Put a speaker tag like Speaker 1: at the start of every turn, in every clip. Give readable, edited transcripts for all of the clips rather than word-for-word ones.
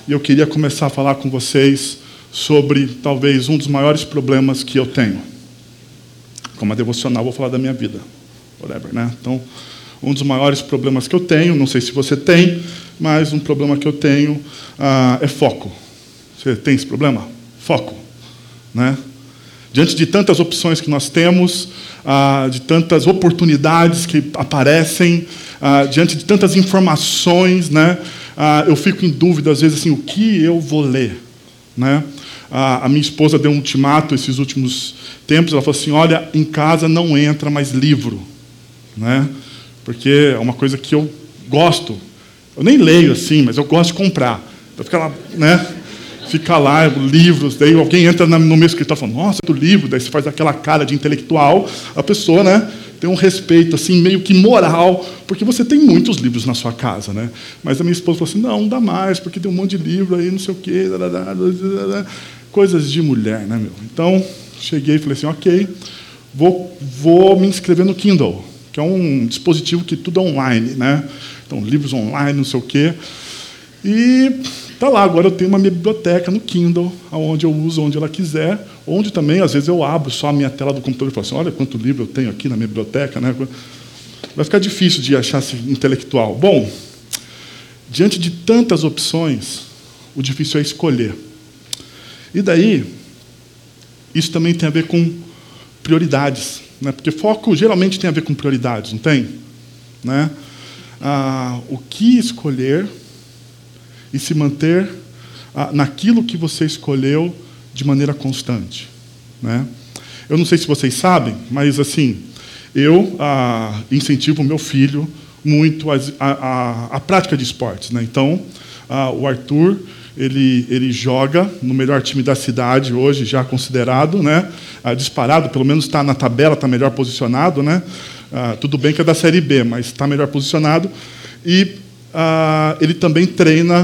Speaker 1: e eu queria começar a falar com vocês sobre, talvez, um dos maiores problemas que eu tenho. Como a devocional, vou falar da minha vida. Whatever, né? Então, um dos maiores problemas que eu tenho, não sei se você tem, mas um problema que eu tenho é foco. Você tem esse problema? Foco. Né? Diante de tantas opções que nós temos, de tantas oportunidades que aparecem, diante de tantas informações, né? Eu fico em dúvida, às vezes, assim, o que eu vou ler. Né? A minha esposa deu um ultimato esses últimos tempos, ela falou assim, olha, em casa não entra mais livro. Né? Porque é uma coisa que eu gosto. Eu nem leio assim, mas eu gosto de comprar. Então fica lá, né? Fica lá, livros, daí alguém entra no meu escritório e fala, nossa, do livro, daí você faz aquela cara de intelectual, a pessoa, né, tem um respeito assim, meio que moral, porque você tem muitos livros na sua casa, né? Mas a minha esposa falou assim, não dá mais, porque tem um monte de livro aí, não sei o quê, coisas de mulher, né, meu? Então, cheguei e falei assim, ok, vou me inscrever no Kindle, que é um dispositivo que tudo é online, né? Então, livros online, não sei o quê. E tá lá, agora eu tenho uma minha biblioteca no Kindle, onde eu uso onde ela quiser, onde também, às vezes, eu abro só a minha tela do computador e falo assim, olha quanto livro eu tenho aqui na minha biblioteca, né? Vai ficar difícil de achar-se intelectual. Bom, diante de tantas opções, o difícil é escolher. E daí, isso também tem a ver com prioridades, né? Porque foco geralmente tem a ver com prioridades, não tem? Né? O que escolher e se manter naquilo que você escolheu de maneira constante. Né? Eu não sei se vocês sabem, mas assim, eu incentivo o meu filho muito a prática de esportes. Né? Então, o Arthur, ele joga no melhor time da cidade hoje, já considerado, né? Disparado, pelo menos está na tabela, está melhor posicionado. Né? Tudo bem que é da Série B, mas está melhor posicionado. E ele também treina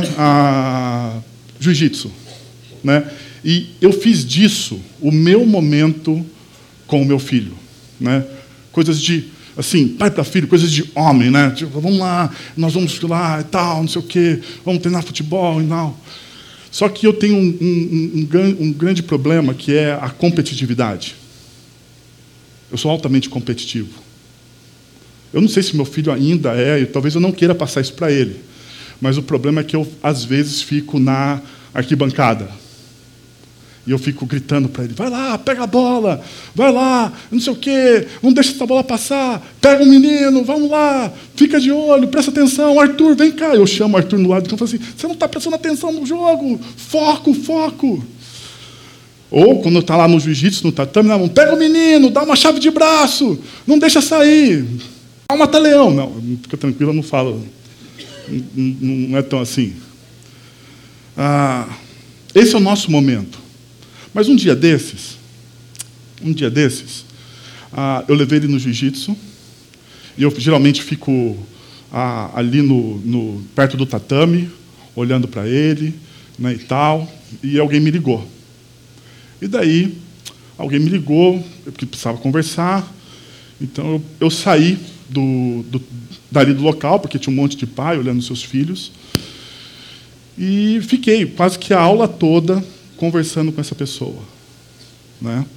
Speaker 1: jiu-jitsu. Né? E eu fiz disso o meu momento com o meu filho. Né? Coisas de, assim, pai para filho, coisas de homem. Né? Tipo, vamos lá, nós vamos lá e tal, não sei o quê, vamos treinar futebol e tal. Só que eu tenho um grande problema, que é a competitividade. Eu sou altamente competitivo. Eu não sei se meu filho ainda é, e talvez eu não queira passar isso para ele. Mas o problema é que eu, às vezes, fico na arquibancada. E eu fico gritando para ele, vai lá, pega a bola, vai lá, não sei o quê, não deixa essa bola passar, pega o menino, vamos lá, fica de olho, presta atenção, Arthur, vem cá. Eu chamo o Arthur no lado e falo assim, você não está prestando atenção no jogo, foco, foco. Ou, quando está lá no jiu-jitsu, no tatame, na mão, pega o menino, dá uma chave de braço, não deixa sair. Um mata-leão. Não, fica tranquilo, eu não falo. Não é tão assim. Esse é o nosso momento. Mas um dia desses, eu levei ele no jiu-jitsu, e eu geralmente fico ali perto do tatame, olhando para ele, né, e tal, e alguém me ligou. E daí, alguém me ligou, porque precisava conversar, então eu saí dali do local, porque tinha um monte de pai olhando seus filhos, e fiquei quase que a aula toda conversando com essa pessoa. Né?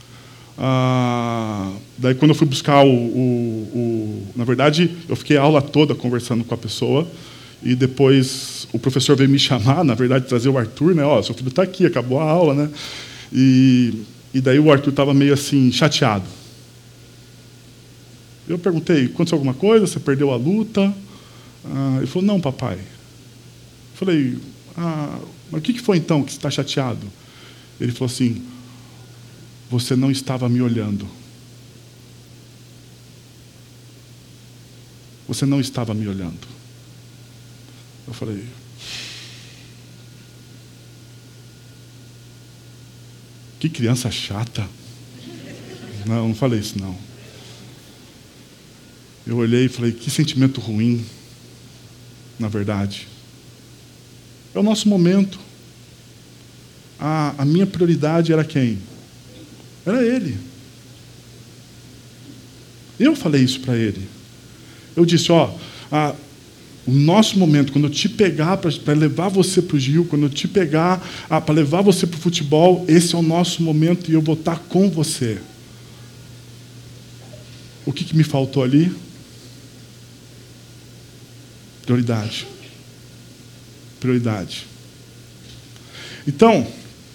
Speaker 1: Daí, quando eu fui buscar na verdade, eu fiquei a aula toda conversando com a pessoa, e depois o professor veio me chamar, na verdade, trazer o Arthur, né? Ó, seu filho está aqui, acabou a aula, né? E daí o Arthur estava meio assim, chateado. Eu perguntei, aconteceu alguma coisa? Você perdeu a luta? Ele falou, não, papai. Eu falei, mas o que foi então que você está chateado? Ele falou assim, você não estava me olhando. Você não estava me olhando. Eu falei, que criança chata. Não, não falei isso, não. Eu olhei e falei, que sentimento ruim, na verdade. É o nosso momento. A minha prioridade era quem? Era ele. Eu falei isso para ele. Eu disse, O nosso momento, quando eu te pegar para levar você para o Gil, quando eu te pegar para levar você para o futebol, esse é o nosso momento e eu vou estar com você. O que me faltou ali? Prioridade. Prioridade. Então,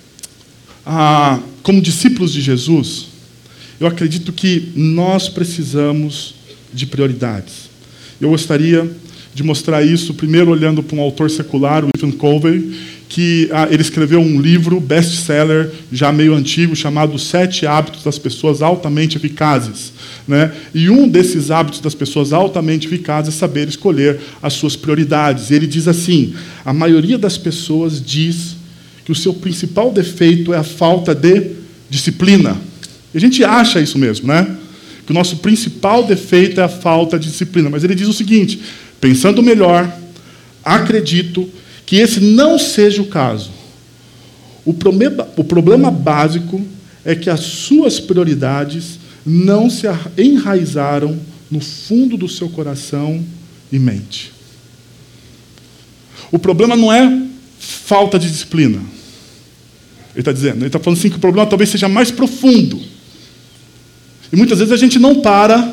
Speaker 1: como discípulos de Jesus, eu acredito que nós precisamos de prioridades. Eu gostaria de mostrar isso, primeiro olhando para um autor secular, o Stephen Covey, que ele escreveu um livro best-seller, já meio antigo, chamado 7 Hábitos das Pessoas Altamente Eficazes. Né? E um desses hábitos das pessoas altamente eficazes é saber escolher as suas prioridades. E ele diz assim, a maioria das pessoas diz que o seu principal defeito é a falta de disciplina. E a gente acha isso mesmo, né? Que o nosso principal defeito é a falta de disciplina. Mas ele diz o seguinte, pensando melhor, acredito que esse não seja o caso. O problema básico é que as suas prioridades não se enraizaram no fundo do seu coração e mente. O problema não é falta de disciplina. Ele está dizendo, ele está falando assim que o problema talvez seja mais profundo. E muitas vezes a gente não para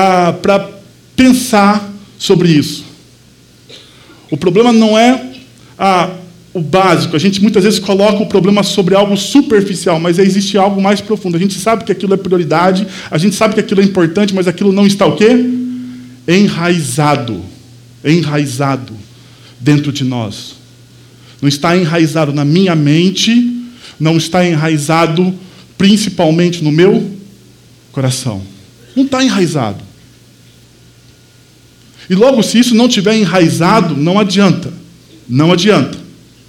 Speaker 1: pensar sobre isso. O problema não é o básico. A gente muitas vezes coloca o problema sobre algo superficial, mas existe algo mais profundo. A gente sabe que aquilo é prioridade, a gente sabe que aquilo é importante, mas aquilo não está o quê? Enraizado. Enraizado dentro de nós. Não está enraizado na minha mente, não está enraizado principalmente no meu coração. Não está enraizado. E logo, se isso não estiver enraizado, não adianta. Não adianta.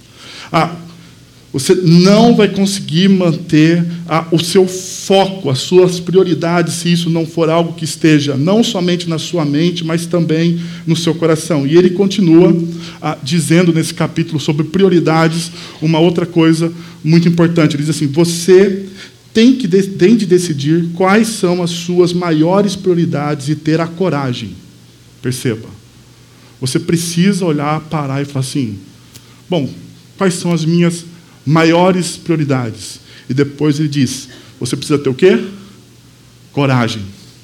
Speaker 1: Você não vai conseguir manter o seu foco, as suas prioridades, se isso não for algo que esteja não somente na sua mente, mas também no seu coração. E ele continua dizendo nesse capítulo sobre prioridades uma outra coisa muito importante. Ele diz assim, você tem de decidir quais são as suas maiores prioridades e ter a coragem. Perceba. Você precisa olhar, parar e falar assim, bom, quais são as minhas maiores prioridades? E depois ele diz, você precisa ter o quê? Coragem.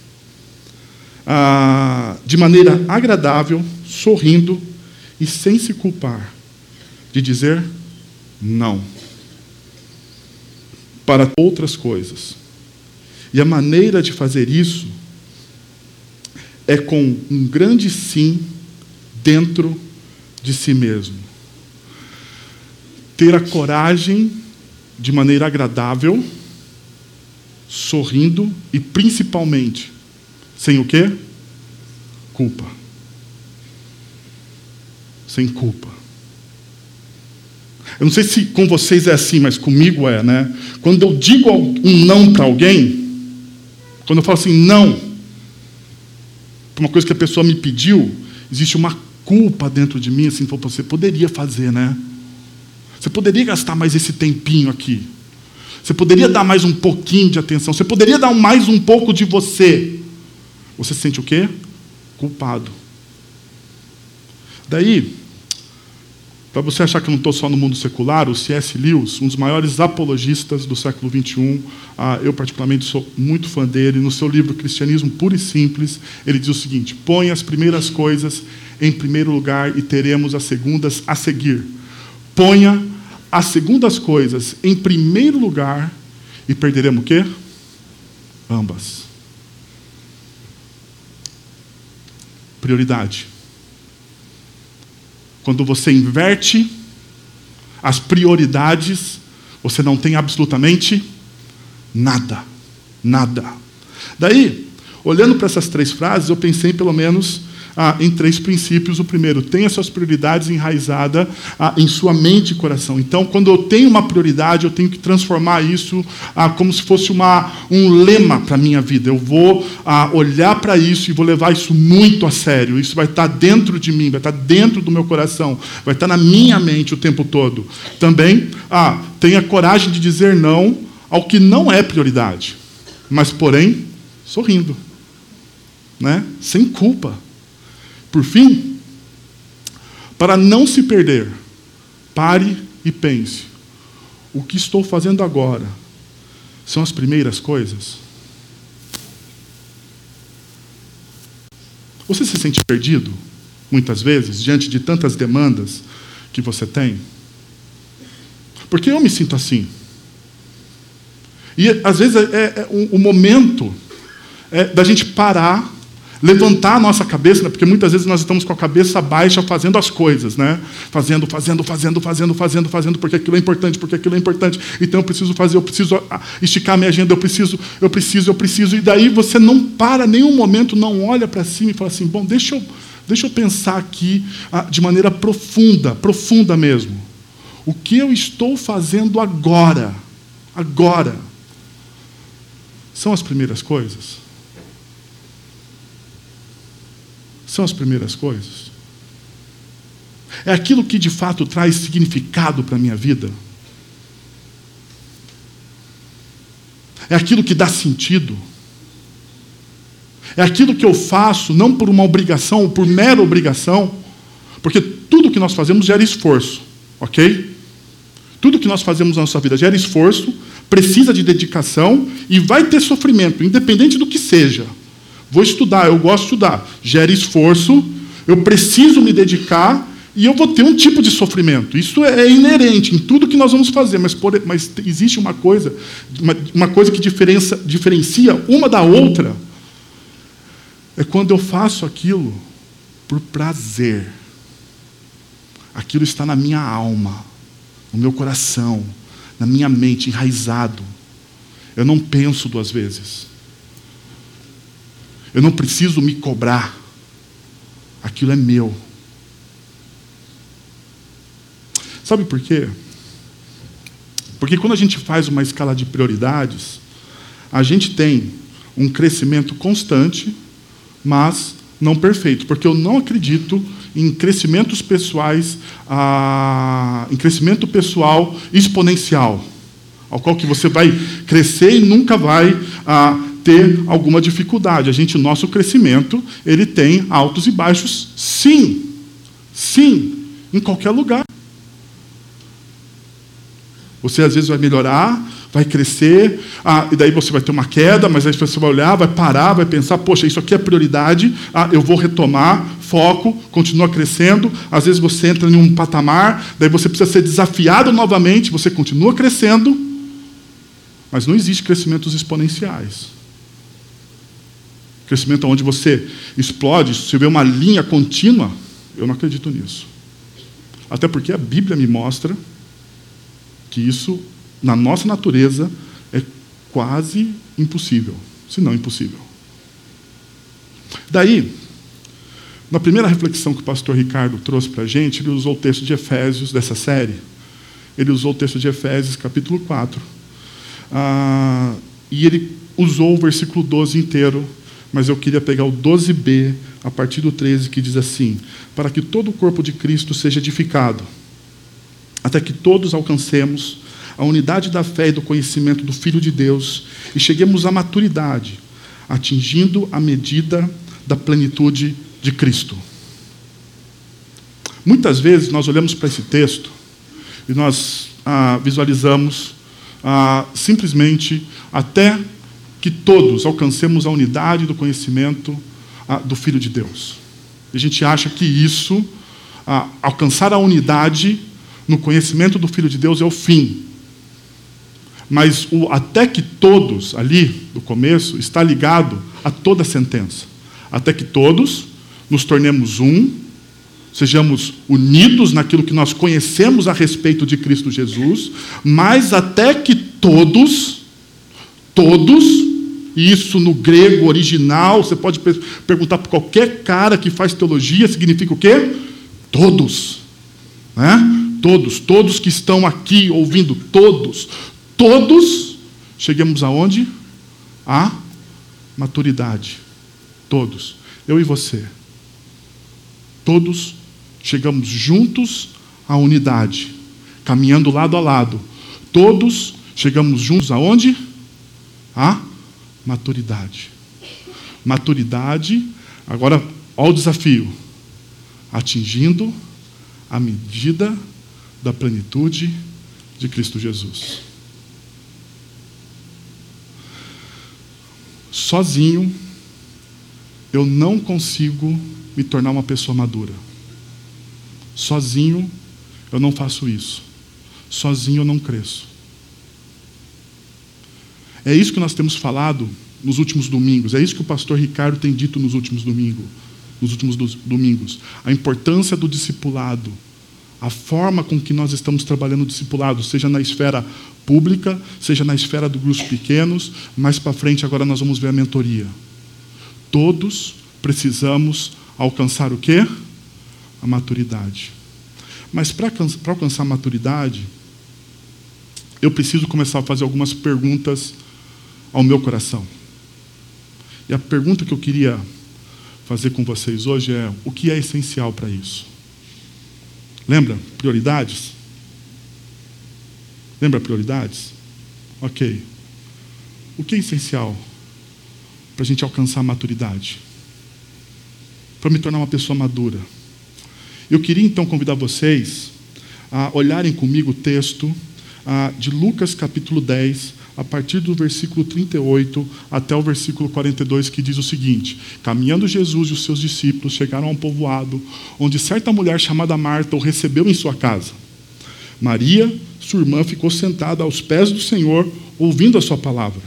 Speaker 1: De maneira agradável, sorrindo e sem se culpar, de dizer não para outras coisas. E a maneira de fazer isso é com um grande sim dentro de si mesmo. Ter a coragem de maneira agradável, sorrindo e principalmente sem o quê? Culpa. Sem culpa. Eu não sei se com vocês é assim, mas comigo é, né? Quando eu digo um não para alguém, quando eu falo assim, não, para uma coisa que a pessoa me pediu, existe uma culpa dentro de mim, assim, você poderia fazer, né? Você poderia gastar mais esse tempinho aqui. Você poderia dar mais um pouquinho de atenção. Você poderia dar mais um pouco de você. Você se sente o quê? Culpado. Daí, para você achar que eu não estou só no mundo secular, o C.S. Lewis, um dos maiores apologistas do século XXI, eu particularmente sou muito fã dele, no seu livro Cristianismo Puro e Simples, ele diz o seguinte, põe as primeiras coisas em primeiro lugar e teremos as segundas a seguir. Ponha as segundas coisas em primeiro lugar e perderemos o quê? Ambas. Prioridade. Quando você inverte as prioridades, você não tem absolutamente nada. Nada. Daí, olhando para essas 3 frases, eu pensei pelo menos em 3 princípios. O primeiro, tenha suas prioridades enraizadas em sua mente e coração. Então, quando eu tenho uma prioridade, eu tenho que transformar isso como se fosse um lema para a minha vida. Eu vou olhar para isso e vou levar isso muito a sério. Isso vai estar dentro de mim, vai estar dentro do meu coração, vai estar na minha mente o tempo todo. Também, tenha coragem de dizer não ao que não é prioridade, mas, porém, sorrindo, né? Sem culpa. Por fim, Para não se perder, pare e pense. O que estou fazendo agora são as primeiras coisas? Você se sente perdido, muitas vezes, diante de tantas demandas que você tem? Porque eu me sinto assim. E, às vezes, o momento da gente parar, levantar a nossa cabeça, né? Porque muitas vezes nós estamos com a cabeça baixa fazendo as coisas, né? Fazendo, porque aquilo é importante, então eu preciso fazer, eu preciso esticar minha agenda, eu preciso, e daí você não para nenhum momento, não olha para cima e fala assim, bom, deixa eu pensar aqui de maneira profunda mesmo. O que eu estou fazendo agora? São as primeiras coisas? São as primeiras coisas? É aquilo que de fato traz significado para a minha vida? É aquilo que dá sentido? É aquilo que eu faço não por uma obrigação ou por mera obrigação? Porque tudo que nós fazemos gera esforço, ok? Tudo que nós fazemos na nossa vida gera esforço, precisa de dedicação e vai ter sofrimento, independente do que seja. Vou estudar, eu gosto de estudar. Gera esforço, eu preciso me dedicar e eu vou ter um tipo de sofrimento. Isso é inerente em tudo que nós vamos fazer, mas existe uma coisa que diferencia uma da outra. É quando eu faço aquilo por prazer. Aquilo está na minha alma, no meu coração, na minha mente, enraizado. Eu não penso duas vezes. Eu não preciso me cobrar. Aquilo é meu. Sabe por quê? Porque quando a gente faz uma escala de prioridades, a gente tem um crescimento constante, mas não perfeito. Porque eu não acredito em crescimentos pessoais, em crescimento pessoal exponencial, ao qual que você vai crescer e nunca vai ter alguma dificuldade. Nosso crescimento, ele tem altos e baixos, sim, em qualquer lugar. Você às vezes vai melhorar, vai crescer, e daí você vai ter uma queda, mas aí você vai olhar, vai parar, vai pensar, poxa, isso aqui é prioridade, eu vou retomar, foco, continua crescendo, às vezes você entra em um patamar, daí você precisa ser desafiado novamente, você continua crescendo, mas não existe crescimentos exponenciais. Crescimento onde você explode, se você vê uma linha contínua, eu não acredito nisso. Até porque a Bíblia me mostra que isso, na nossa natureza, é quase impossível, se não impossível. Daí, na primeira reflexão que o pastor Ricardo trouxe para a gente, ele usou o texto de Efésios dessa série. Ele usou o texto de Efésios, capítulo 4. E ele usou o versículo 12 inteiro, mas eu queria pegar o 12b, a partir do 13, que diz assim: para que todo o corpo de Cristo seja edificado, até que todos alcancemos a unidade da fé e do conhecimento do Filho de Deus e cheguemos à maturidade, atingindo a medida da plenitude de Cristo. Muitas vezes nós olhamos para esse texto e nós visualizamos simplesmente até que todos alcancemos a unidade do conhecimento do Filho de Deus. A gente acha que isso, alcançar a unidade no conhecimento do Filho de Deus é o fim. Mas o até que todos, ali, no começo, está ligado a toda a sentença. Até que todos nos tornemos um, sejamos unidos naquilo que nós conhecemos a respeito de Cristo Jesus, mas até que todos, e isso no grego original, você pode perguntar para qualquer cara que faz teologia, significa o quê? Todos. Né? Todos que estão aqui ouvindo, todos cheguemos aonde? À maturidade. Todos. Eu e você. Todos chegamos juntos à unidade, caminhando lado a lado. Todos chegamos juntos aonde? À maturidade. Maturidade, agora, olha o desafio. Atingindo à medida da plenitude de Cristo Jesus. Sozinho, eu não consigo me tornar uma pessoa madura. Sozinho, eu não faço isso. Sozinho, eu não cresço. É isso que nós temos falado nos últimos domingos. É isso que o pastor Ricardo tem dito nos últimos domingos. A importância do discipulado. A forma com que nós estamos trabalhando o discipulado, seja na esfera pública, seja na esfera dos grupos pequenos, mais para frente agora nós vamos ver a mentoria. Todos precisamos alcançar o quê? A maturidade. Mas para alcançar a maturidade, eu preciso começar a fazer algumas perguntas ao meu coração. E a pergunta que eu queria fazer com vocês hoje é: o que é essencial para isso? Lembra? Prioridades? Lembra prioridades? Ok. O que é essencial para a gente alcançar a maturidade? Para me tornar uma pessoa madura. Eu queria então convidar vocês a olharem comigo o texto de Lucas capítulo 10, a partir do versículo 38 até o versículo 42, que diz o seguinte: caminhando Jesus e os seus discípulos chegaram a um povoado, onde certa mulher chamada Marta o recebeu em sua casa. Maria, sua irmã, ficou sentada aos pés do Senhor, ouvindo a sua palavra.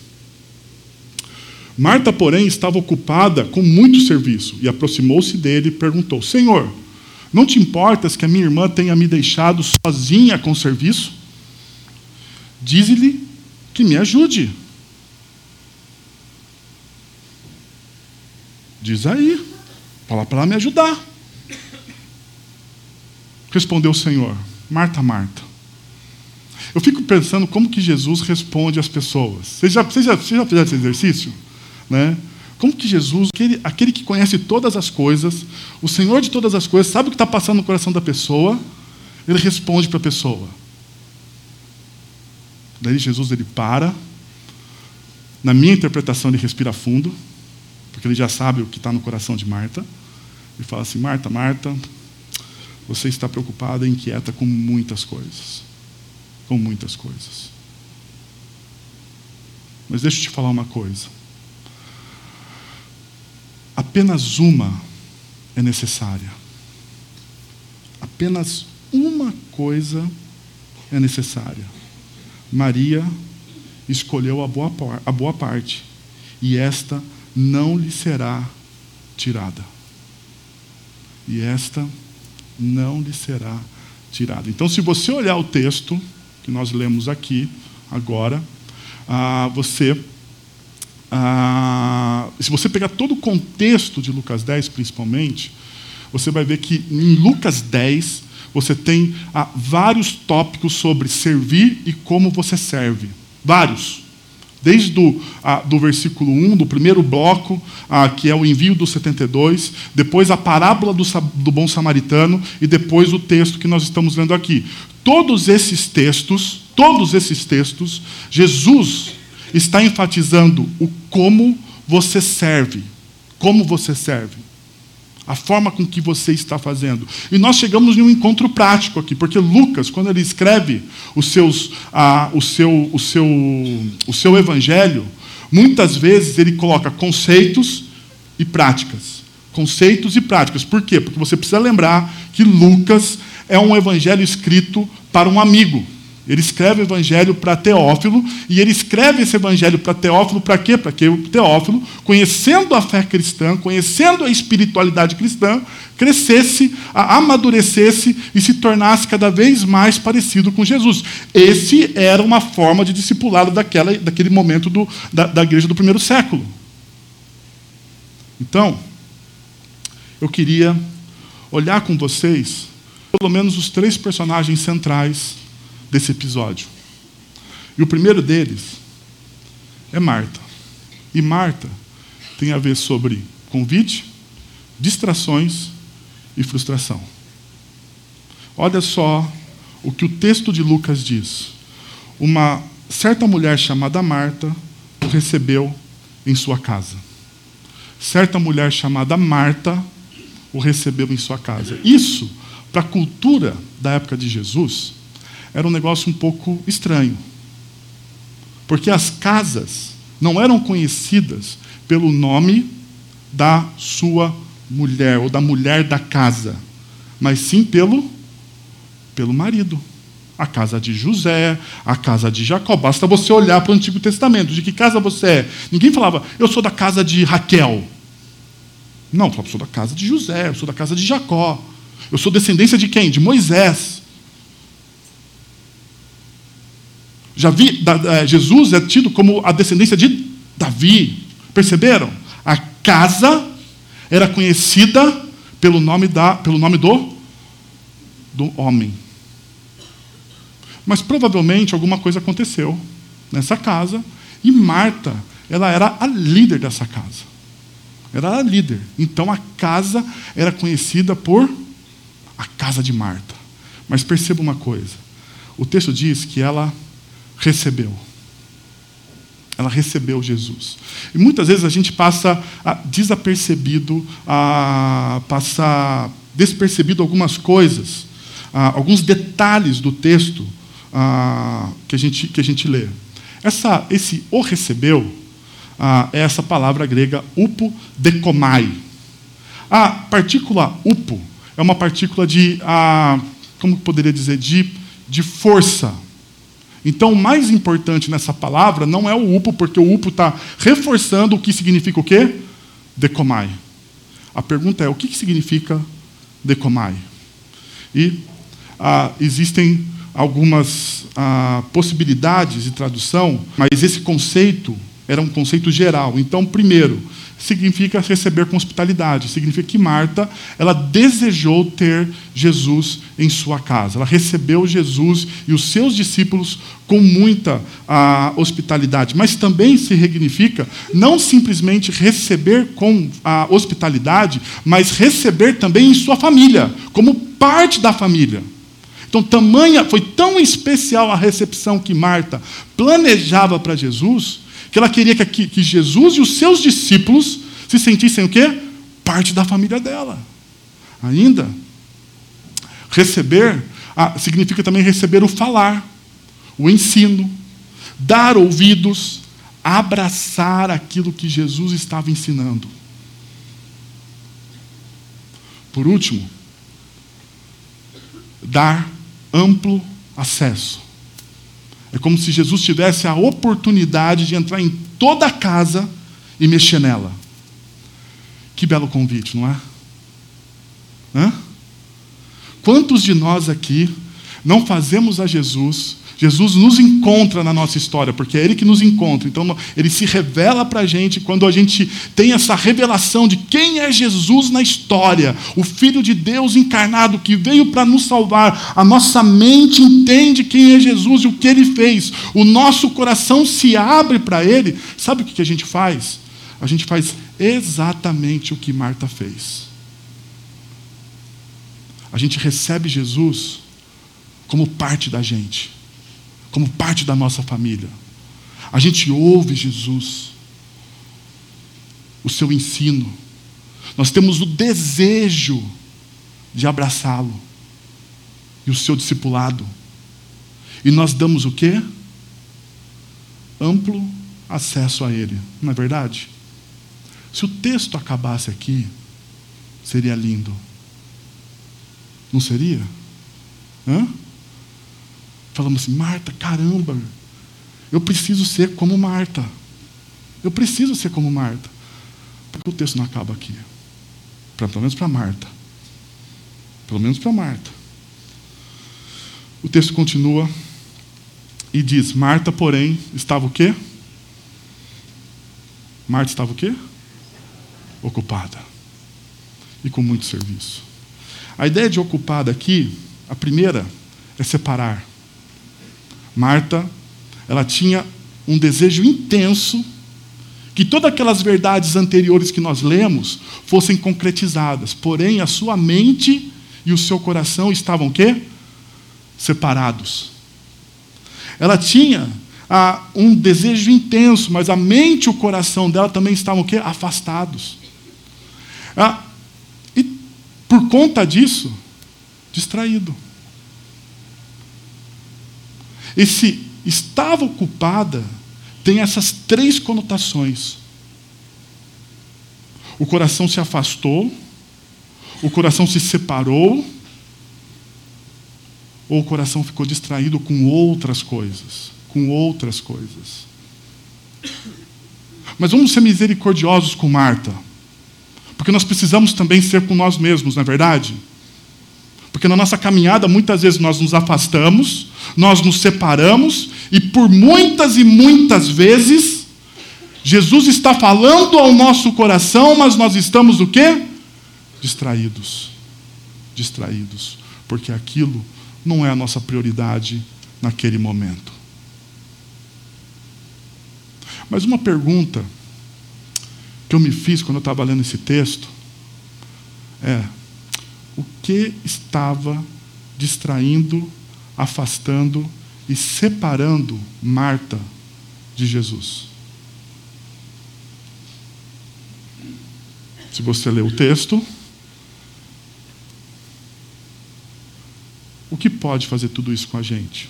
Speaker 1: Marta, porém, estava ocupada com muito serviço, e aproximou-se dele e perguntou: Senhor, não te importas que a minha irmã tenha me deixado sozinha com o serviço? Dize-lhe que me ajude. Diz aí, fala para ela me ajudar. Respondeu o Senhor: Marta, Marta. Eu fico pensando como que Jesus responde às pessoas. Vocês já fizeram esse exercício? Né? Como que Jesus, aquele que conhece todas as coisas, o Senhor de todas as coisas, sabe o que está passando no coração da pessoa, ele responde para a pessoa. Daí Jesus, ele para. Na minha interpretação, ele respira fundo, porque ele já sabe o que está no coração de Marta. E fala assim: Marta, Marta, você está preocupada e inquieta com muitas coisas. Com muitas coisas. Mas deixa eu te falar uma coisa. Apenas uma é necessária. Apenas uma coisa é necessária. Maria escolheu a boa parte, e esta não lhe será tirada. E esta não lhe será tirada. Então, se você olhar o texto que nós lemos aqui, agora, se você pegar todo o contexto de Lucas 10, principalmente, você vai ver que em Lucas 10, você tem vários tópicos sobre servir e como você serve. Vários. Desde do versículo 1, do primeiro bloco, que é o envio dos 72, depois a parábola do bom samaritano e depois o texto que nós estamos lendo aqui. Todos esses textos, Jesus está enfatizando o como você serve. Como você serve. A forma com que você está fazendo. E nós chegamos em um encontro prático aqui, porque Lucas, quando ele escreve o seu evangelho, muitas vezes ele coloca conceitos e práticas. Conceitos e práticas. Por quê? Porque você precisa lembrar que Lucas é um evangelho escrito para um amigo. Ele escreve o evangelho para Teófilo, e ele escreve esse evangelho para Teófilo para quê? Para que o Teófilo, conhecendo a fé cristã, conhecendo a espiritualidade cristã, crescesse, amadurecesse e se tornasse cada vez mais parecido com Jesus. Esse era uma forma de discipulado daquele momento da igreja do primeiro século. Então, eu queria olhar com vocês, pelo menos os 3 personagens centrais desse episódio. E o primeiro deles é Marta. E Marta tem a ver sobre convite, distrações e frustração. Olha só o que o texto de Lucas diz. Uma certa mulher chamada Marta o recebeu em sua casa. Certa mulher chamada Marta o recebeu em sua casa. Isso para a cultura da época de Jesus, era um negócio um pouco estranho. Porque as casas não eram conhecidas pelo nome da sua mulher, ou da mulher da casa, mas sim pelo marido. A casa de José, a casa de Jacó. Basta você olhar para o Antigo Testamento. De que casa você é? Ninguém falava, eu sou da casa de Raquel. Não, eu sou da casa de José, eu sou da casa de Jacó. Eu sou descendência de quem? De Moisés. Jesus é tido como a descendência de Davi. Perceberam? A casa era conhecida pelo nome do homem. Mas provavelmente alguma coisa aconteceu nessa casa e Marta, ela era a líder dessa casa. Era a líder. Então a casa era conhecida por a casa de Marta. Mas perceba uma coisa. O texto diz que ela recebeu. Ela recebeu Jesus. E muitas vezes a gente passa desapercebido, passa despercebido algumas coisas, alguns detalhes do texto que a gente lê. Esse o recebeu é essa palavra grega upo-dekomai. A partícula upo é uma partícula de, como poderia dizer, de força. Então, o mais importante nessa palavra não é o upo, porque o upo está reforçando o que significa o quê? Dekomai. A pergunta é, o que significa dekomai? E existem algumas possibilidades de tradução, mas esse conceito era um conceito geral. Então, primeiro, significa receber com hospitalidade. Significa que Marta, ela desejou ter Jesus em sua casa. Ela recebeu Jesus e os seus discípulos com muita hospitalidade. Mas também significa não simplesmente receber com hospitalidade, mas receber também em sua família, como parte da família. Então, foi tão especial a recepção que Marta planejava para Jesus, que ela queria que Jesus e os seus discípulos se sentissem o quê? Parte da família dela. Ainda, receber significa também receber o falar, o ensino, dar ouvidos, abraçar aquilo que Jesus estava ensinando. Por último, dar amplo acesso. É como se Jesus tivesse a oportunidade de entrar em toda a casa e mexer nela. Que belo convite, não é? Hã? Quantos de nós aqui não fazemos a Jesus? Jesus nos encontra na nossa história, porque é Ele que nos encontra. Então, Ele se revela para a gente quando a gente tem essa revelação de quem é Jesus na história. O Filho de Deus encarnado que veio para nos salvar. A nossa mente entende quem é Jesus e o que Ele fez. O nosso coração se abre para Ele. Sabe o que a gente faz? A gente faz exatamente o que Marta fez. A gente recebe Jesus como parte da gente, como parte da nossa família. A gente ouve Jesus, o seu ensino. Nós temos o desejo de abraçá-lo e o seu discipulado. E nós damos o quê? Amplo acesso a ele. Não é verdade? Se o texto acabasse aqui, seria lindo. Não seria? Hã? Falamos assim, Marta, caramba, eu preciso ser como Marta. Eu preciso ser como Marta. Porque o texto não acaba aqui. Pelo menos para Marta. Pelo menos para Marta. O texto continua e diz, Marta, porém, estava o quê? Marta estava o quê? Ocupada. E com muito serviço. A ideia de ocupada aqui, a primeira, é separar. Marta, ela tinha um desejo intenso que todas aquelas verdades anteriores que nós lemos fossem concretizadas. Porém, a sua mente e o seu coração estavam o quê? Separados. Ela tinha um desejo intenso, mas a mente e o coração dela também estavam o quê? Afastados. E por conta disso, Distraído. Esse estava ocupada tem essas 3 conotações. O coração se afastou, o coração se separou, ou o coração ficou distraído com outras coisas. Com outras coisas. Mas vamos ser misericordiosos com Marta. Porque nós precisamos também ser com nós mesmos, não é verdade? Porque na nossa caminhada, muitas vezes nós nos afastamos, nós nos separamos, e por muitas e muitas vezes, Jesus está falando ao nosso coração, mas nós estamos o quê? Distraídos. Distraídos. Porque aquilo não é a nossa prioridade naquele momento. Mas uma pergunta que eu me fiz quando eu estava lendo esse texto é: o que estava distraindo, afastando e separando Marta de Jesus? Se você ler o texto, o que pode fazer tudo isso com a gente?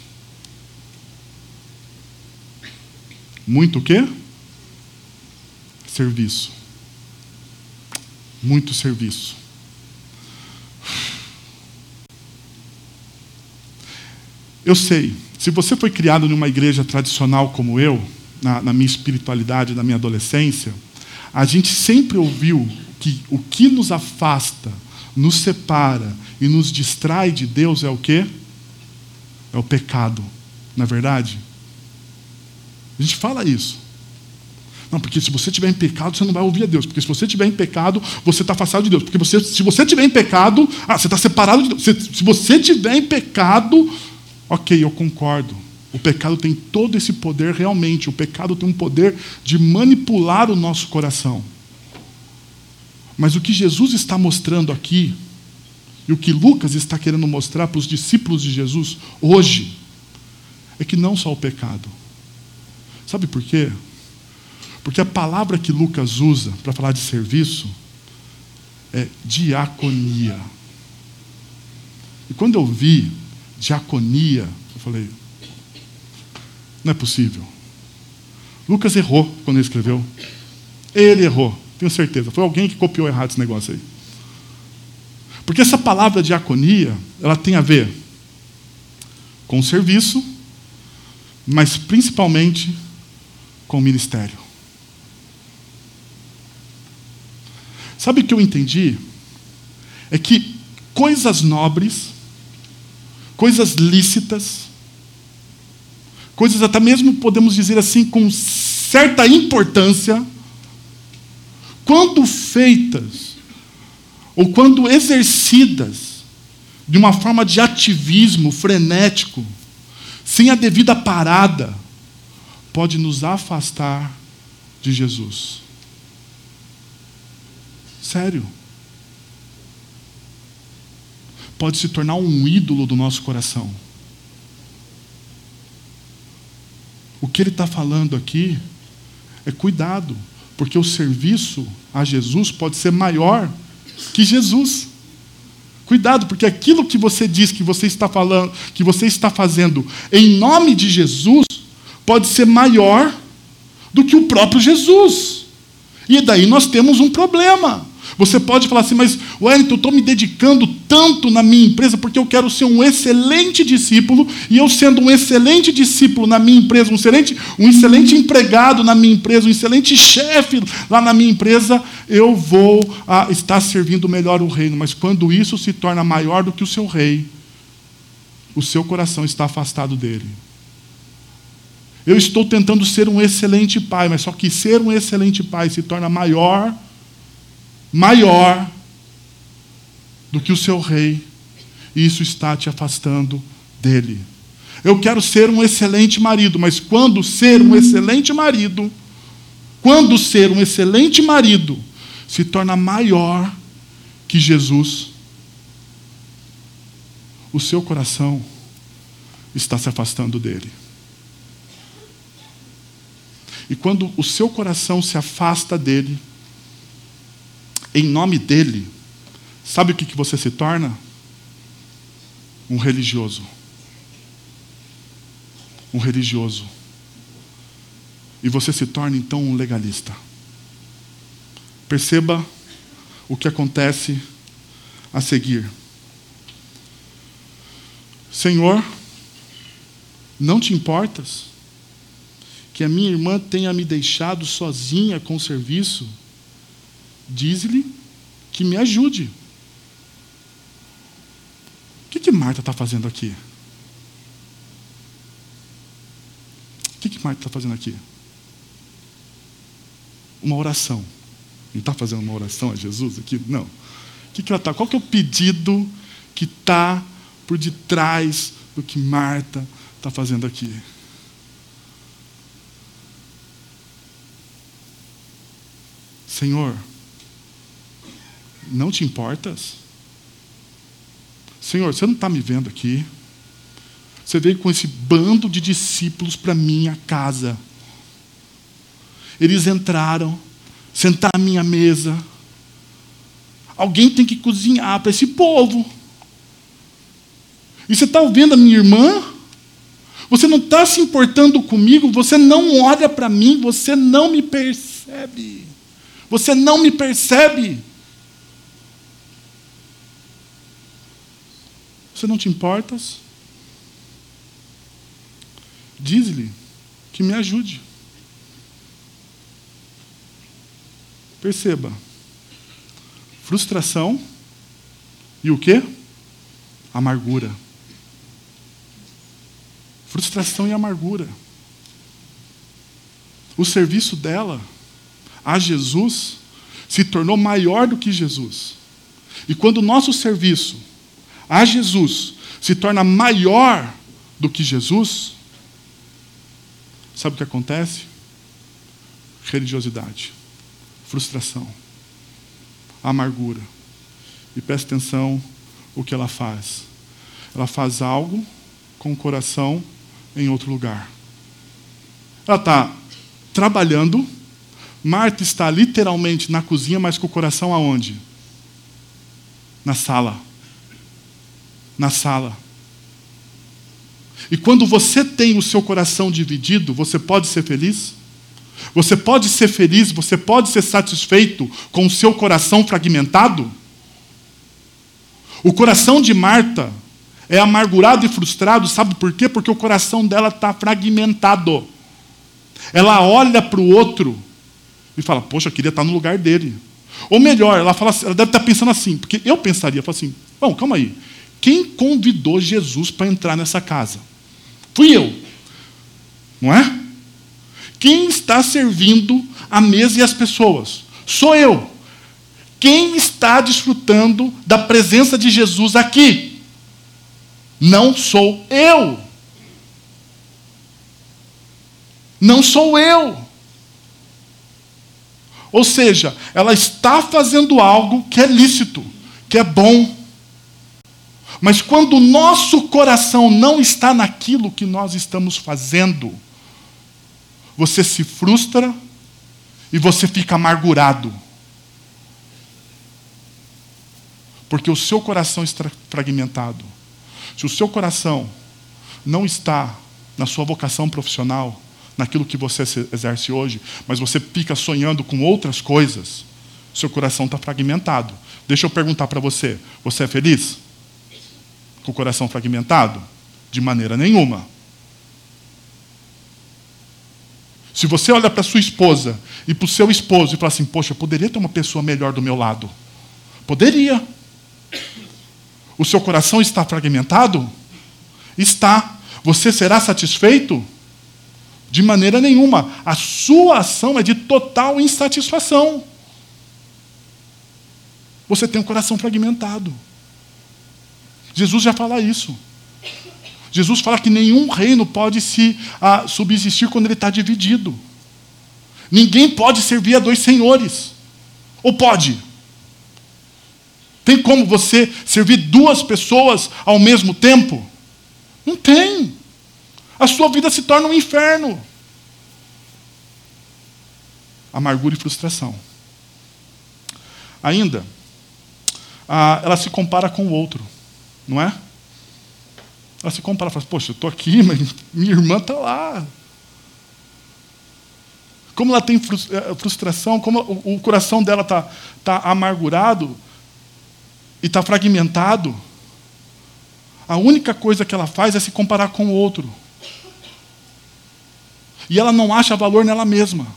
Speaker 1: Muito o quê? Serviço. Muito serviço. Eu sei, se você foi criado numa igreja tradicional como eu, na minha espiritualidade, na minha adolescência, a gente sempre ouviu que o que nos afasta, nos separa e nos distrai de Deus é o quê? É o pecado, não é verdade? A gente fala isso. Não, porque se você estiver em pecado, você não vai ouvir a Deus. Porque se você estiver em pecado, você está afastado de Deus. Porque se você estiver em pecado, você está separado de Deus. Se você estiver em pecado, ok, eu concordo. O pecado tem todo esse poder realmente. O pecado tem um poder de manipular o nosso coração. Mas o que Jesus está mostrando aqui, e o que Lucas está querendo mostrar para os discípulos de Jesus hoje, é que não só o pecado. Sabe por quê? Porque a palavra que Lucas usa para falar de serviço é diaconia. E quando eu vi diaconia, eu falei, não é possível. Lucas errou quando ele escreveu. Ele errou, tenho certeza. Foi alguém que copiou errado esse negócio aí. Porque essa palavra diaconia, ela tem a ver com o serviço, mas principalmente com o ministério. Sabe o que eu entendi? É que coisas nobres, coisas lícitas, coisas até mesmo, podemos dizer assim, com certa importância, quando feitas, ou quando exercidas, de uma forma de ativismo frenético, sem a devida parada, pode nos afastar de Jesus. Sério. Pode se tornar um ídolo do nosso coração. O que ele está falando aqui é cuidado, porque o serviço a Jesus pode ser maior que Jesus. Cuidado, porque aquilo que você diz que você está falando, que você está fazendo em nome de Jesus, pode ser maior do que o próprio Jesus. E daí nós temos um problema. Você pode falar assim, mas Wellington, eu estou me dedicando tanto na minha empresa porque eu quero ser um excelente discípulo, e eu sendo um excelente discípulo na minha empresa, um excelente empregado na minha empresa, um excelente chefe lá na minha empresa, eu vou estar servindo melhor o reino. Mas quando isso se torna maior do que o seu rei, o seu coração está afastado dele. Eu estou tentando ser um excelente pai, mas só que ser um excelente pai se torna maior do que o seu rei, e isso está te afastando dele. Eu quero ser um excelente marido, mas quando ser um excelente marido se torna maior que Jesus, o seu coração está se afastando dele. E quando o seu coração se afasta dele, em nome dele, sabe o que você se torna? um religioso. Um religioso. E você se torna então um legalista. Perceba o que acontece a seguir. Senhor, não te importas que a minha irmã tenha me deixado sozinha com o serviço? Diz-lhe que me ajude. O que Marta está fazendo aqui? O que Marta está fazendo aqui? Uma oração. Não está fazendo uma oração a Jesus aqui? Não. Qual que é o pedido que está por detrás do que Marta está fazendo aqui? Senhor, não te importas? Senhor, você não está me vendo aqui? Você veio com esse bando de discípulos para minha casa. Eles entraram, sentaram à minha mesa. Alguém tem que cozinhar para esse povo. E você está ouvindo a minha irmã? Você não está se importando comigo? Você não olha para mim? Você não me percebe? Você não me percebe? Você não te importas? Diz-lhe que me ajude. Perceba. Frustração e o quê? Amargura. Frustração e amargura. O serviço dela a Jesus se tornou maior do que Jesus. E quando o nosso serviço a Jesus se torna maior do que Jesus, sabe o que acontece? Religiosidade, frustração, amargura. E preste atenção o que ela faz. Ela faz algo com o coração em outro lugar. Ela está trabalhando. Marta está literalmente na cozinha, mas com o coração aonde? Na sala. Na sala. E quando você tem o seu coração dividido, você pode ser feliz? Você pode ser feliz, você pode ser satisfeito com o seu coração fragmentado? O coração de Marta é amargurado e frustrado, sabe por quê? Porque o coração dela está fragmentado. Ela olha para o outro e fala, poxa, eu queria estar no lugar dele. Ou melhor, ela deve estar pensando assim, porque eu pensaria, assim, bom, calma aí, quem convidou Jesus para entrar nessa casa? Fui eu. Não é? Quem está servindo a mesa e as pessoas? Sou eu. Quem está desfrutando da presença de Jesus aqui? Não sou eu. Não sou eu. Ou seja, ela está fazendo algo que é lícito, que é bom. Mas quando o nosso coração não está naquilo que nós estamos fazendo, você se frustra e você fica amargurado. Porque o seu coração está fragmentado. Se o seu coração não está na sua vocação profissional, naquilo que você exerce hoje, mas você fica sonhando com outras coisas, seu coração está fragmentado. Deixa eu perguntar para você, você é feliz? Com o coração fragmentado? De maneira nenhuma. Se você olha para sua esposa e para o seu esposo e fala assim, poxa, eu poderia ter uma pessoa melhor do meu lado. Poderia. O seu coração está fragmentado? Está. Você será satisfeito? De maneira nenhuma. A sua ação é de total insatisfação. Você tem um coração fragmentado. Jesus já fala isso. Jesus fala que nenhum reino pode subsistir quando ele está dividido. Ninguém pode servir a dois senhores. Ou pode? Tem como você servir duas pessoas ao mesmo tempo? Não tem. A sua vida se torna um inferno. Amargura e frustração. Ainda, ela se compara com o outro, não é? Ela se compara e fala, poxa, eu estou aqui, mas minha irmã está lá. Como ela tem frustração, como o coração dela está amargurado e está fragmentado. A única coisa que ela faz é se comparar com o outro. E ela não acha valor nela mesma.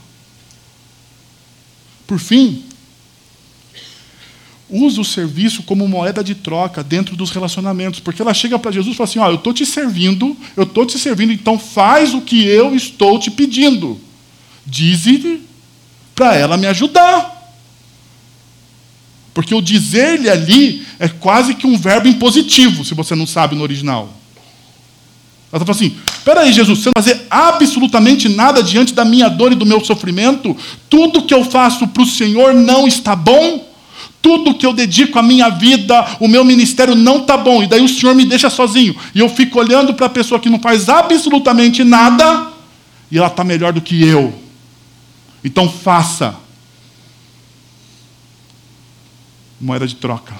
Speaker 1: Por fim, usa o serviço como moeda de troca dentro dos relacionamentos. Porque ela chega para Jesus e fala assim, eu estou te servindo, então faz o que eu estou te pedindo. Dize para ela me ajudar. Porque o dizer-lhe ali é quase que um verbo impositivo, se você não sabe no original. Ela está falando assim, espera aí, Jesus, você não vai fazer absolutamente nada diante da minha dor e do meu sofrimento? Tudo que eu faço para o Senhor não está bom? Tudo que eu dedico a minha vida, o meu ministério não está bom. E daí o Senhor me deixa sozinho. E eu fico olhando para a pessoa que não faz absolutamente nada, e ela está melhor do que eu. Então faça. Moeda de troca.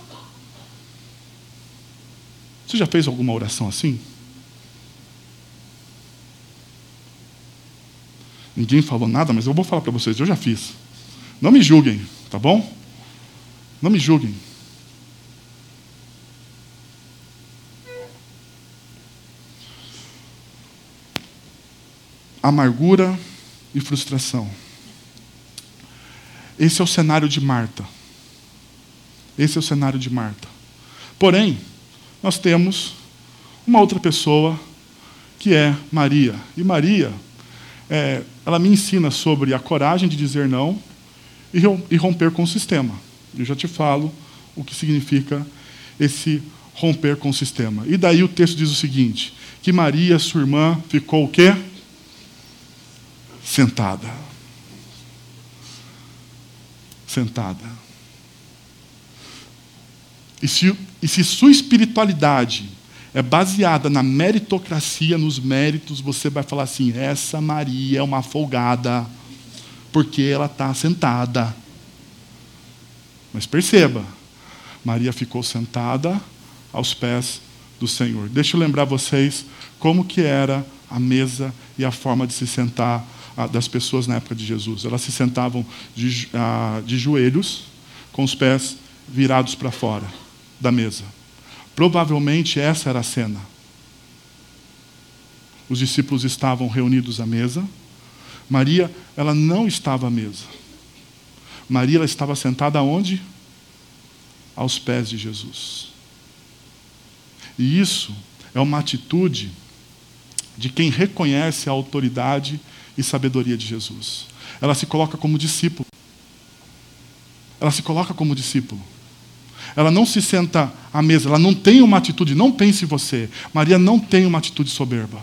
Speaker 1: Você já fez alguma oração assim? Ninguém falou nada, mas eu vou falar para vocês, eu já fiz. Não me julguem, tá bom? Não me julguem. Amargura e frustração. Esse é o cenário de Marta. Esse é o cenário de Marta. Porém, nós temos uma outra pessoa que é Maria. E Maria, ela me ensina sobre a coragem de dizer não e romper com o sistema. Eu já te falo o que significa esse romper com o sistema. E daí o texto diz o seguinte, que Maria, sua irmã, ficou o quê? Sentada. Sentada. E se sua espiritualidade é baseada na meritocracia, nos méritos, você vai falar assim, essa Maria é uma folgada, porque ela está sentada. Mas perceba, Maria ficou sentada aos pés do Senhor. Deixa eu lembrar vocês como que era a mesa e a forma de se sentar das pessoas na época de Jesus. Elas se sentavam de joelhos, com os pés virados para fora da mesa. Provavelmente essa era a cena. Os discípulos estavam reunidos à mesa. Maria, ela não estava à mesa. Maria, ela estava sentada aonde? Aos pés de Jesus. E isso é uma atitude de quem reconhece a autoridade e sabedoria de Jesus. Ela se coloca como discípulo. Ela se coloca como discípulo. Ela não se senta à mesa, ela não tem uma atitude, não pense você. Maria não tem uma atitude soberba.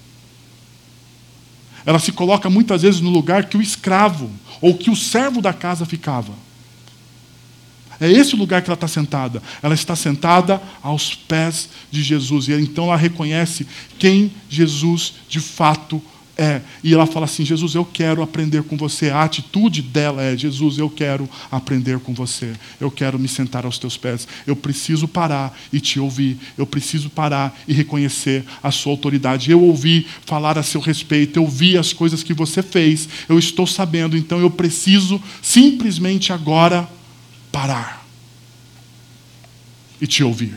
Speaker 1: Ela se coloca muitas vezes no lugar que o escravo ou que o servo da casa ficava. É esse o lugar que ela está sentada. Ela está sentada aos pés de Jesus. E então ela reconhece quem Jesus de fato é. E ela fala assim, Jesus, eu quero aprender com você. A atitude dela é, Jesus, eu quero aprender com você. Eu quero me sentar aos teus pés. Eu preciso parar e te ouvir. Eu preciso parar e reconhecer a sua autoridade. Eu ouvi falar a seu respeito. Eu vi as coisas que você fez. Eu estou sabendo. Então eu preciso simplesmente agora parar e te ouvir.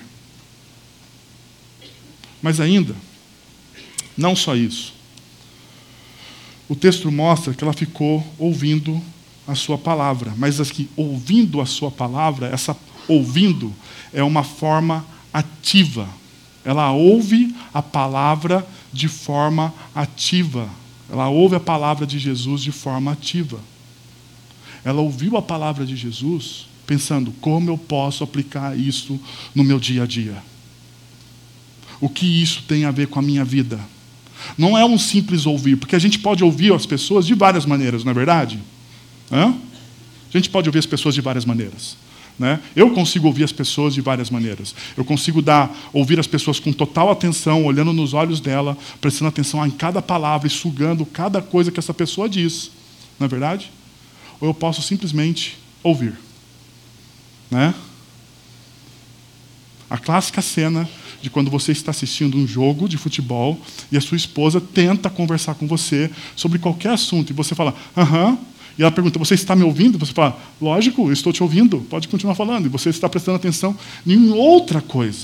Speaker 1: Mas ainda, não só isso. O texto mostra que ela ficou ouvindo a sua palavra. Mas aqui, ouvindo a sua palavra, essa ouvindo é uma forma ativa. Ela ouve a palavra de forma ativa. Ela ouve a palavra de Jesus de forma ativa. Ela ouviu a palavra de Jesus pensando, como eu posso aplicar isso no meu dia a dia? O que isso tem a ver com a minha vida? Não é um simples ouvir, porque a gente pode ouvir as pessoas de várias maneiras, não é verdade? A gente pode ouvir as pessoas de várias maneiras. Né? Eu consigo ouvir as pessoas de várias maneiras. Eu consigo ouvir as pessoas com total atenção, olhando nos olhos dela, prestando atenção em cada palavra e sugando cada coisa que essa pessoa diz. Não é verdade? Ou eu posso simplesmente ouvir. Né? A clássica cena de quando você está assistindo um jogo de futebol e a sua esposa tenta conversar com você sobre qualquer assunto e você fala, aham, e ela pergunta, você está me ouvindo? Você fala, lógico, eu estou te ouvindo, pode continuar falando, e você está prestando atenção em outra coisa.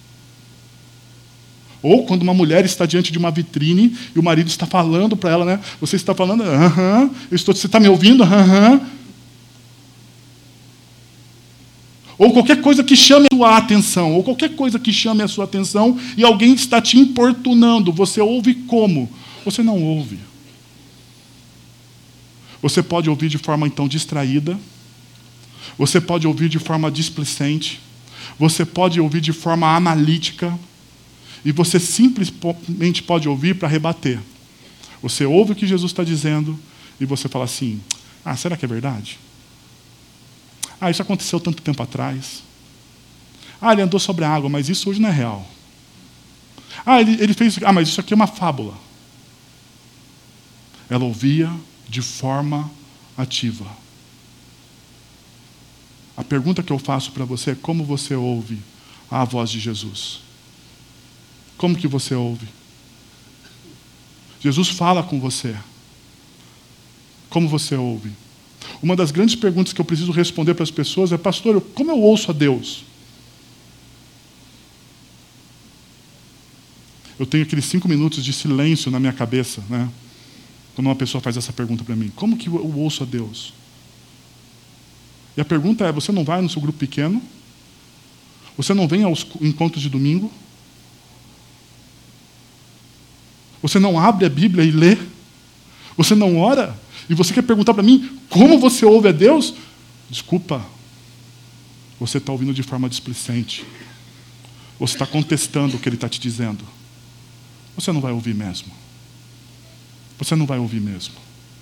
Speaker 1: Ou quando uma mulher está diante de uma vitrine e o marido está falando para ela, né? Você está falando, aham, você está me ouvindo? Aham. Ou qualquer coisa que chame a sua atenção, ou qualquer coisa que chame a sua atenção e alguém está te importunando, você ouve como? Você não ouve. Você pode ouvir de forma, então, distraída, você pode ouvir de forma displicente, você pode ouvir de forma analítica, e você simplesmente pode ouvir para rebater. Você ouve o que Jesus está dizendo e você fala assim, será que é verdade? Isso aconteceu tanto tempo atrás. Ele andou sobre a água, mas isso hoje não é real. Ele fez isso, mas isso aqui é uma fábula. Ela ouvia de forma ativa. A pergunta que eu faço para você é como você ouve a voz de Jesus? Como que você ouve? Jesus fala com você. Como você ouve? Uma das grandes perguntas que eu preciso responder para as pessoas é, pastor, como eu ouço a Deus? Eu tenho aqueles 5 minutos de silêncio na minha cabeça, né? Quando uma pessoa faz essa pergunta para mim. Como que eu ouço a Deus? E a pergunta é, você não vai no seu grupo pequeno? Você não vem aos encontros de domingo? Você não abre a Bíblia e lê? Você não ora? E você quer perguntar para mim como você ouve a Deus? Desculpa, você está ouvindo de forma displicente. Você está contestando o que Ele está te dizendo. Você não vai ouvir mesmo. Você não vai ouvir mesmo.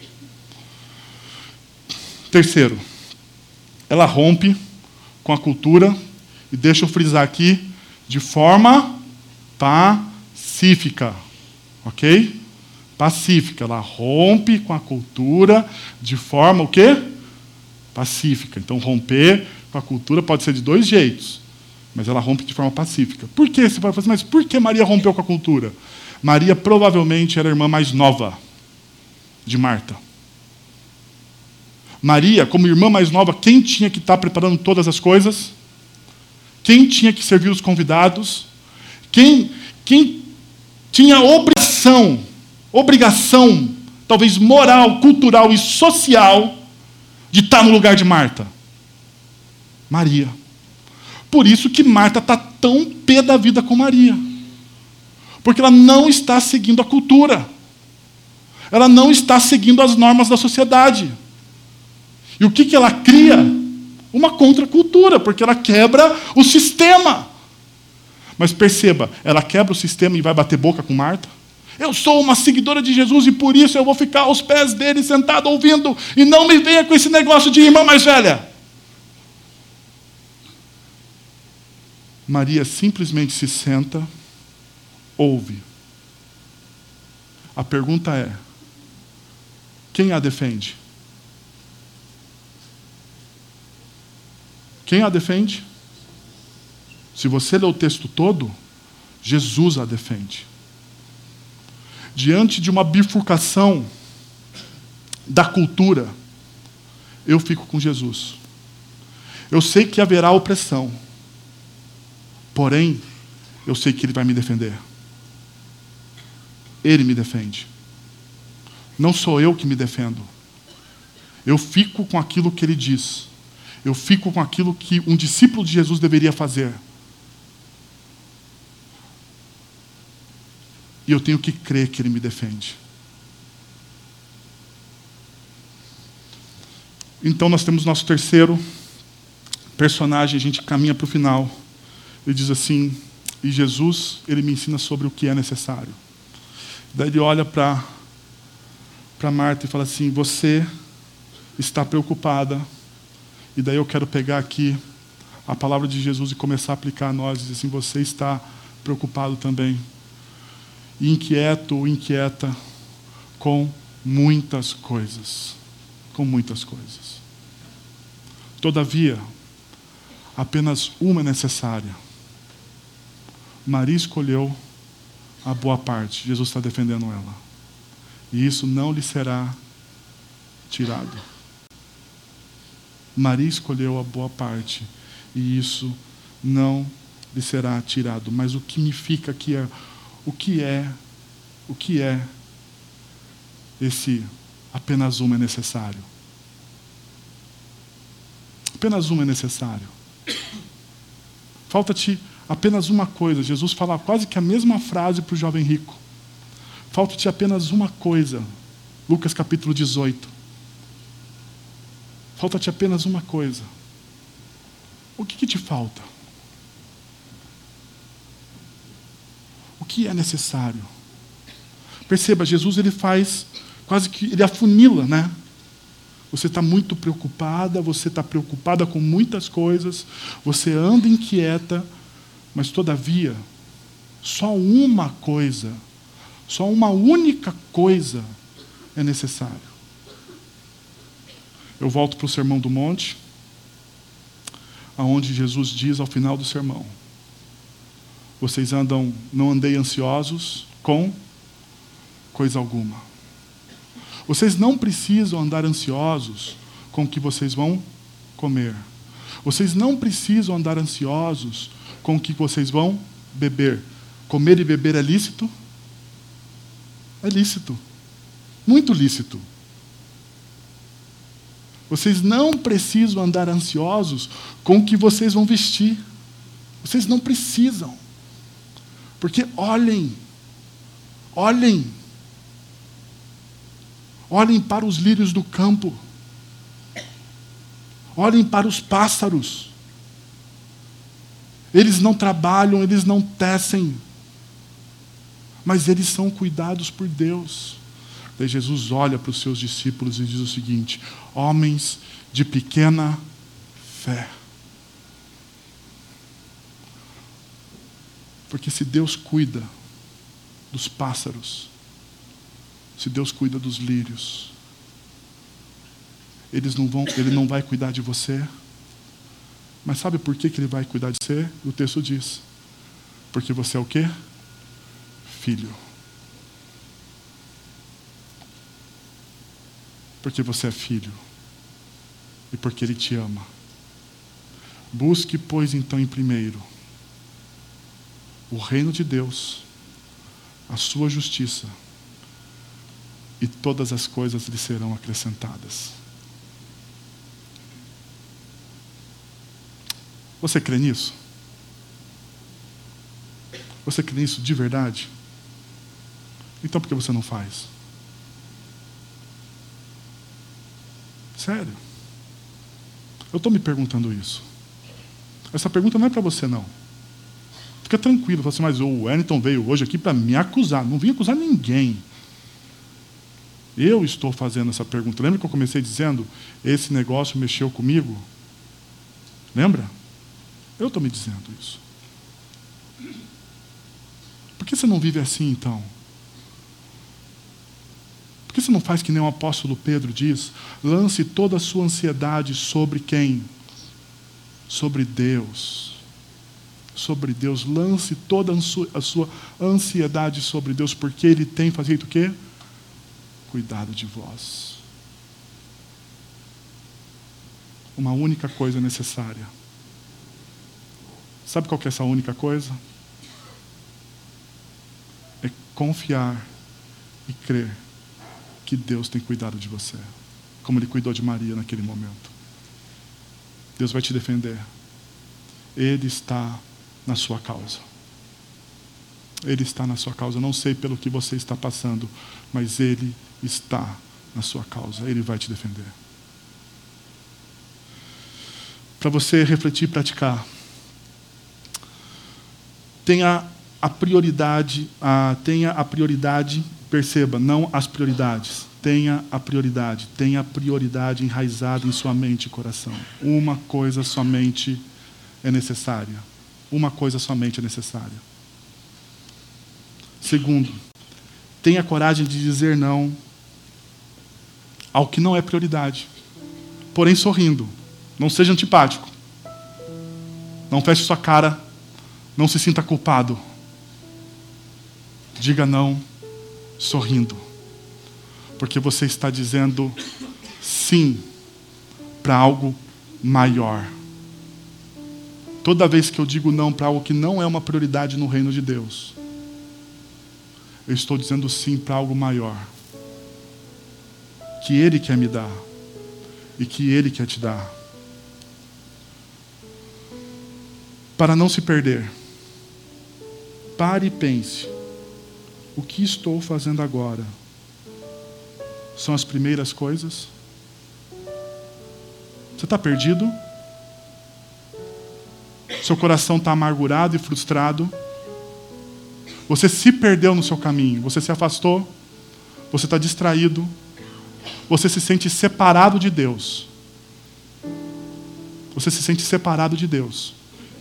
Speaker 1: Terceiro, ela rompe com a cultura, e deixa eu frisar aqui, de forma pacífica. Ok? Pacífica. Ela rompe com a cultura de forma o quê? Pacífica. Então, romper com a cultura pode ser de 2 jeitos. Mas ela rompe de forma pacífica. Por quê? Você vai falar assim, mas por que Maria rompeu com a cultura? Maria provavelmente era a irmã mais nova de Marta. Maria, como irmã mais nova, quem tinha que estar preparando todas as coisas? Quem tinha que servir os convidados? Quem tinha obrigação, talvez moral, cultural e social, de estar no lugar de Marta? Maria. Por isso que Marta está tão pé da vida com Maria. Porque ela não está seguindo a cultura. Ela não está seguindo as normas da sociedade. E o que ela cria? Uma contracultura, porque ela quebra o sistema. Mas perceba, ela quebra o sistema e vai bater boca com Marta? Eu sou uma seguidora de Jesus e por isso eu vou ficar aos pés dele, sentado, ouvindo, e não me venha com esse negócio de irmã mais velha. Maria simplesmente se senta, ouve. A pergunta é, quem a defende? Quem a defende? Se você ler o texto todo, Jesus a defende. Diante de uma bifurcação da cultura, eu fico com Jesus. Eu sei que haverá opressão, porém, eu sei que Ele vai me defender. Ele me defende. Não sou eu que me defendo. Eu fico com aquilo que Ele diz. Eu fico com aquilo que um discípulo de Jesus deveria fazer. E eu tenho que crer que Ele me defende. Então nós temos nosso terceiro personagem, a gente caminha para o final. Ele diz assim, e Jesus, Ele me ensina sobre o que é necessário. Daí Ele olha para Marta e fala assim, você está preocupada. E daí eu quero pegar aqui a palavra de Jesus e começar a aplicar a nós. Diz assim, você está preocupado também. Inquieto ou inquieta com muitas coisas. Com muitas coisas. Todavia, apenas uma é necessária. Maria escolheu a boa parte. Jesus está defendendo ela. E isso não lhe será tirado. Maria escolheu a boa parte. E isso não lhe será tirado. Mas o que me fica aqui é o que é esse apenas uma é necessário. Apenas uma é necessário. Falta-te apenas uma coisa. Jesus fala quase que a mesma frase para o jovem rico. Falta-te apenas uma coisa. Lucas capítulo 18. Falta-te apenas uma coisa. O que te falta? O que é necessário? Perceba, Jesus ele faz quase que ele afunila, né? Você está muito preocupada, você está preocupada com muitas coisas, você anda inquieta, mas todavia, só uma coisa, só uma única coisa é necessário. Eu volto para o Sermão do Monte, aonde Jesus diz ao final do sermão: vocês não andei ansiosos com coisa alguma. Vocês não precisam andar ansiosos com o que vocês vão comer. Vocês não precisam andar ansiosos com o que vocês vão beber. Comer e beber é lícito? É lícito. Muito lícito. Vocês não precisam andar ansiosos com o que vocês vão vestir. Vocês não precisam. Porque olhem para os lírios do campo. Olhem para os pássaros. Eles não trabalham, eles não tecem, mas eles são cuidados por Deus. Daí Jesus olha para os seus discípulos e diz o seguinte: homens de pequena fé. Porque se Deus cuida dos pássaros, se Deus cuida dos lírios, Ele não vai cuidar de você. Mas sabe por que Ele vai cuidar de você? O texto diz: porque você é o quê? Filho. Porque você é filho. E porque Ele te ama. Busque, pois, então, em primeiro o reino de Deus, a sua justiça, e todas as coisas lhe serão acrescentadas. Você crê nisso? Você crê nisso de verdade? Então por que você não faz? Sério? Eu estou me perguntando isso. Essa pergunta não é para você, não. Fica tranquilo. Fala assim, mas o Wellington veio hoje aqui para me acusar. Não vim acusar ninguém. Eu estou fazendo essa pergunta. Lembra que eu comecei dizendo, esse negócio mexeu comigo? Lembra? Eu estou me dizendo isso. Por que você não vive assim, então? Por que você não faz que nem o apóstolo Pedro diz? Lance toda a sua ansiedade sobre quem? Sobre Deus. Sobre Deus. Lance toda a sua ansiedade sobre Deus, porque Ele tem feito o quê? Cuidado de vós. Uma única coisa necessária. Sabe qual que é essa única coisa? É confiar e crer que Deus tem cuidado de você, como Ele cuidou de Maria naquele momento. Deus vai te defender. Ele está na sua causa. Ele está na sua causa. Eu não sei pelo que você está passando, mas Ele está na sua causa. Ele vai te defender. Para você refletir e praticar, tenha a prioridade, perceba, não as prioridades. Tenha a prioridade enraizada em sua mente e coração. Uma coisa somente é necessária. Uma coisa somente é necessária. Segundo, tenha coragem de dizer não ao que não é prioridade. Porém, sorrindo. Não seja antipático. Não feche sua cara. Não se sinta culpado. Diga não sorrindo, porque você está dizendo sim para algo maior. Toda vez que eu digo não para algo que não é uma prioridade no reino de Deus, eu estou dizendo sim para algo maior, que Ele quer me dar e que Ele quer te dar. Para não se perder, pare e pense: o que estou fazendo agora? São as primeiras coisas? Você está perdido? Seu coração está amargurado e frustrado? Você se perdeu no seu caminho, você se afastou, você está distraído, você se sente separado de Deus. Você se sente separado de Deus.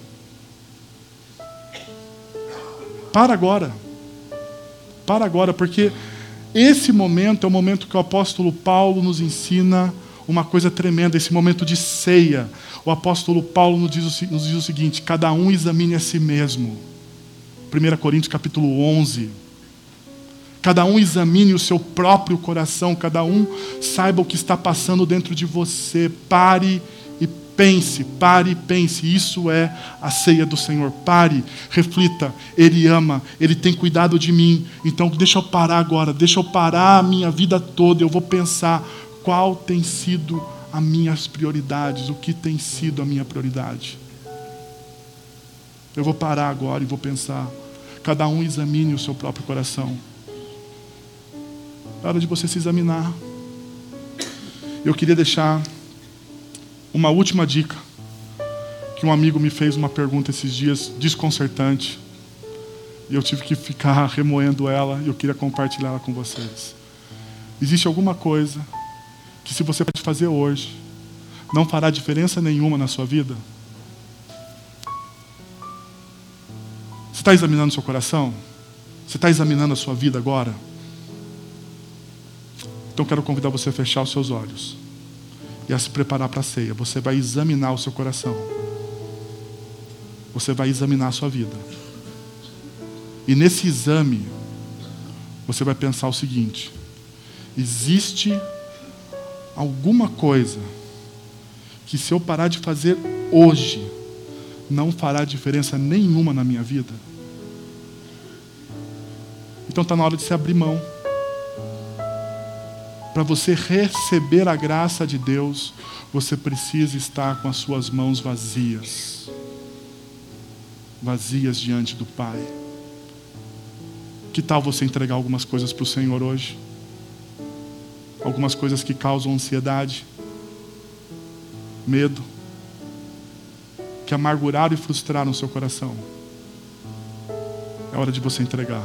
Speaker 1: Para agora. Para agora, porque esse momento é o momento que o apóstolo Paulo nos ensina uma coisa tremenda, esse momento de ceia. O apóstolo Paulo nos diz o seguinte: cada um examine a si mesmo. 1 Coríntios capítulo 11. Cada um examine o seu próprio coração, cada um saiba o que está passando dentro de você. Pare e pense. Isso é a ceia do Senhor. Pare, reflita. Ele ama, Ele tem cuidado de mim. Então deixa eu parar agora, deixa eu parar a minha vida toda. Eu vou pensar qual tem sido as minhas prioridades, o que tem sido a minha prioridade. Eu vou parar agora e vou pensar. Cada um examine o seu próprio coração. É hora de você se examinar. Eu queria deixar uma última dica, que um amigo me fez uma pergunta esses dias, desconcertante, e eu tive que ficar remoendo ela, e eu queria compartilhar ela com vocês. Existe alguma coisa que, se você pode fazer hoje, não fará diferença nenhuma na sua vida? Você está examinando seu coração? Você está examinando a sua vida agora? Então quero convidar você a fechar os seus olhos e a se preparar para a ceia. Você vai examinar o seu coração. Você vai examinar a sua vida. E nesse exame, você vai pensar o seguinte: existe alguma coisa que, se eu parar de fazer hoje, não fará diferença nenhuma na minha vida? Então está na hora de se abrir mão. Para você receber a graça de Deus, você precisa estar com as suas mãos vazias. Vazias diante do Pai. Que tal você entregar algumas coisas para o Senhor hoje? Algumas coisas que causam ansiedade, medo, que amarguraram e frustraram o seu coração. É hora de você entregar.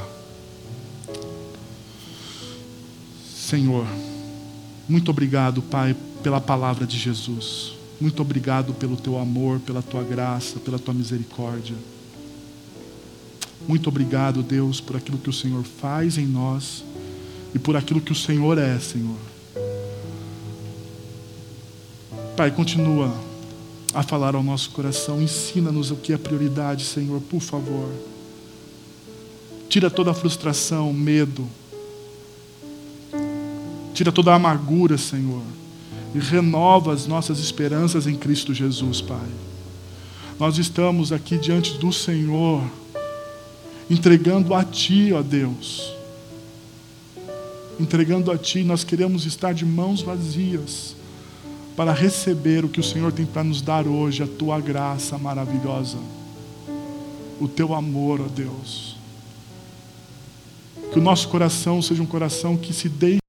Speaker 1: Senhor, muito obrigado, Pai, pela palavra de Jesus. Muito obrigado pelo Teu amor, pela Tua graça, pela Tua misericórdia. Muito obrigado, Deus, por aquilo que o Senhor faz em nós e por aquilo que o Senhor é, Senhor. Pai, continua a falar ao nosso coração. Ensina-nos o que é prioridade, Senhor, por favor. Tira toda a frustração, medo. Tira toda a amargura, Senhor, e renova as nossas esperanças em Cristo Jesus, Pai. Nós estamos aqui diante do Senhor, entregando a Ti, ó Deus. Entregando a Ti, nós queremos estar de mãos vazias para receber o que o Senhor tem para nos dar hoje, a Tua graça maravilhosa, o Teu amor, ó Deus. Que o nosso coração seja um coração que se deixe